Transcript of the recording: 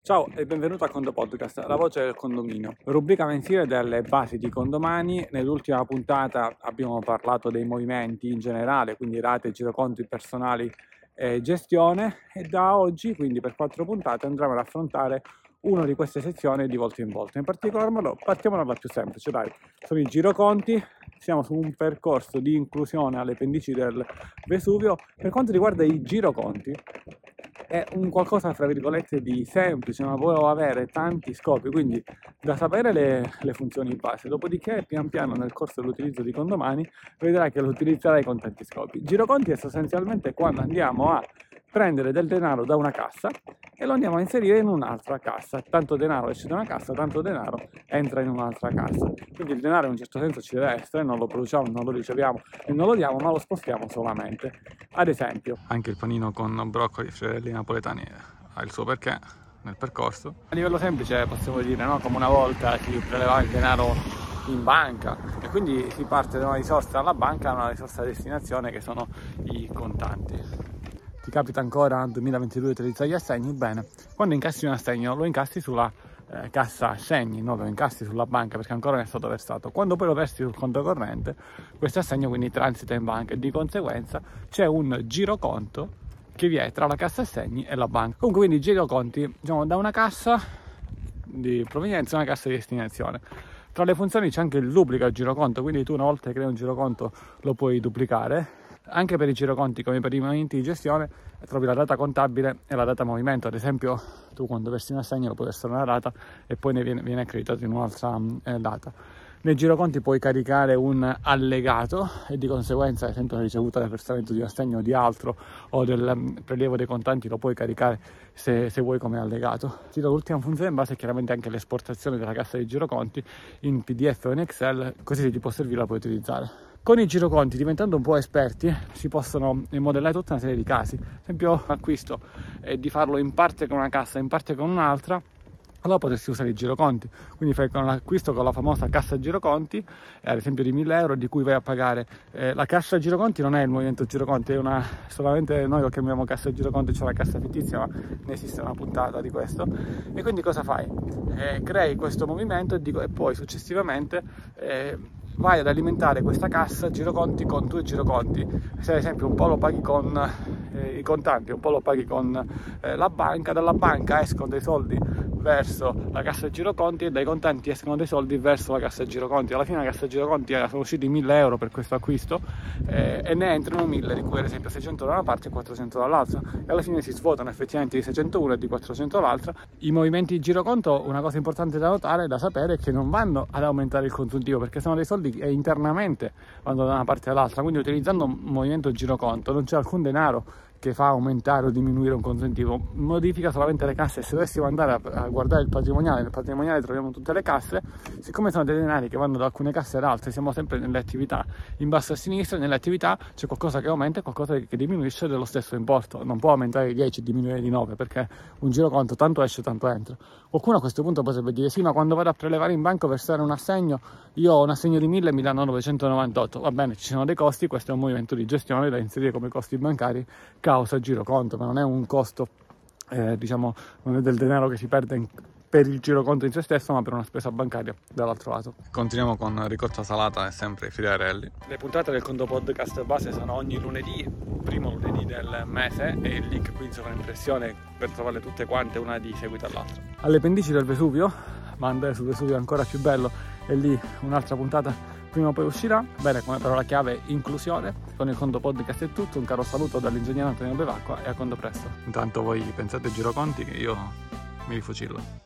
Ciao e benvenuto a Condo Podcast, la voce del condominio, rubrica mensile delle basi di condomani. Nell'ultima puntata abbiamo parlato dei movimenti in generale, quindi rate, giroconti personali e gestione, e da oggi, quindi per 4 puntate, andremo ad affrontare una di queste sezioni di volta in volta. In particolar modo partiamo dalla più semplice, dai, sono i giroconti. Siamo su un percorso di inclusione alle pendici del Vesuvio. Per quanto riguarda i giroconti, è un qualcosa fra virgolette di semplice, ma può avere tanti scopi, quindi da sapere le funzioni base. Dopodiché pian piano nel corso dell'utilizzo di condomani vedrai che lo utilizzerai con tanti scopi. Giroconti è sostanzialmente quando andiamo a prendere del denaro da una cassa e lo andiamo a inserire in un'altra cassa. Tanto denaro esce da una cassa, tanto denaro entra in un'altra cassa. Quindi il denaro in un certo senso ci deve essere, non lo produciamo, non lo riceviamo e non lo diamo, ma lo spostiamo solamente. Ad esempio, Anche il panino con broccoli e friarelli napoletani ha il suo perché nel percorso. a livello semplice possiamo dire, no? Come una volta si prelevava il denaro in banca e quindi si parte da una risorsa alla banca a una risorsa a destinazione che sono i contanti. Ti capita ancora nel 2022 utilizzare gli assegni? Bene, quando incassi un assegno lo incassi sulla cassa assegni, non lo incassi sulla banca perché ancora non è stato versato. Quando poi lo versi sul conto corrente, questo assegno quindi transita in banca e di conseguenza c'è un giroconto che vi è tra la cassa assegni e la banca. Comunque quindi giroconti, diciamo, da una cassa di provenienza a una cassa di destinazione. Tra le funzioni c'è anche il duplica giroconto, quindi tu una volta che crei un giroconto lo puoi duplicare. Anche per i giroconti come per i movimenti di gestione trovi la data contabile e la data movimento. Ad esempio tu quando versi un assegno lo puoi versare una data e poi ne viene accreditato in un'altra data. Nei giroconti puoi caricare un allegato e di conseguenza, ad esempio, la ricevuta del versamento di un assegno o di altro o del prelievo dei contanti lo puoi caricare se vuoi come allegato. L'ultima funzione in base è chiaramente anche l'esportazione della cassa dei giroconti in PDF o in Excel, così se ti può servire la puoi utilizzare. Con i giroconti, diventando un po' esperti, si possono modellare tutta una serie di casi. Ad esempio, l'acquisto è di farlo in parte con una cassa, in parte con un'altra. Allora potresti usare i giroconti, quindi fai con l'acquisto con la famosa cassa giroconti, ad esempio di 1.000 euro, di cui vai a pagare la cassa giroconti. Non è il movimento giroconti, è solamente noi lo chiamiamo cassa giroconti, c'è la cassa fittizia, ma ne esiste una puntata di questo. E quindi cosa fai? Crei questo movimento e poi successivamente vai ad alimentare questa cassa giroconti con 2 giroconti. Se ad esempio un po' lo paghi con i contanti, un po' lo paghi con la banca, dalla banca escono dei soldi verso la cassa giroconti e dai contanti escono dei soldi verso la cassa giroconti. Alla fine la cassa giroconti sono usciti 1.000 euro per questo acquisto e ne entrano 1.000, di cui ad esempio 600 da una parte e 400 dall'altra, e alla fine si svuotano effettivamente di 601 e di 400 dall'altra. I movimenti di giroconto, una cosa importante da notare, da sapere, è che non vanno ad aumentare il consuntivo perché sono dei soldi che internamente vanno da una parte all'altra, quindi utilizzando un movimento giroconto non c'è alcun denaro che fa aumentare o diminuire un consuntivo, modifica solamente le casse. Se dovessimo andare a guardare il patrimoniale, nel patrimoniale troviamo tutte le casse. Siccome sono dei denari che vanno da alcune casse ad altre, siamo sempre nelle attività in basso a sinistra, nelle attività c'è qualcosa che aumenta e qualcosa che diminuisce dello stesso importo. Non può aumentare di 10 e diminuire di 9 perché un giroconto tanto esce tanto entra. Qualcuno a questo punto potrebbe dire sì, ma quando vado a prelevare in banca o versare un assegno, io ho un assegno di 1.000 e mi danno 998. Va bene, ci sono dei costi, questo è un movimento di gestione da inserire come costi bancari causa giroconto, ma non è un costo, diciamo, non è del denaro che si perde per il giroconto in se stesso, ma per una spesa bancaria dall'altro lato. Continuiamo con ricotta salata e sempre i friarelli. Le puntate del Condo Podcast base sono ogni lunedì, primo lunedì del mese, e il link qui in sovraimpressione per trovarle tutte quante una di seguito all'altra. Alle pendici del Vesuvio, ma andare sul Vesuvio è ancora più bello, e lì un'altra puntata prima o poi uscirà. Bene, come parola chiave inclusione. Con il Condo Podcast è tutto, un caro saluto dall'ingegnere Antonio Bevacqua e a Condo presto. Intanto voi pensate ai giroconti che io mi rifucillo.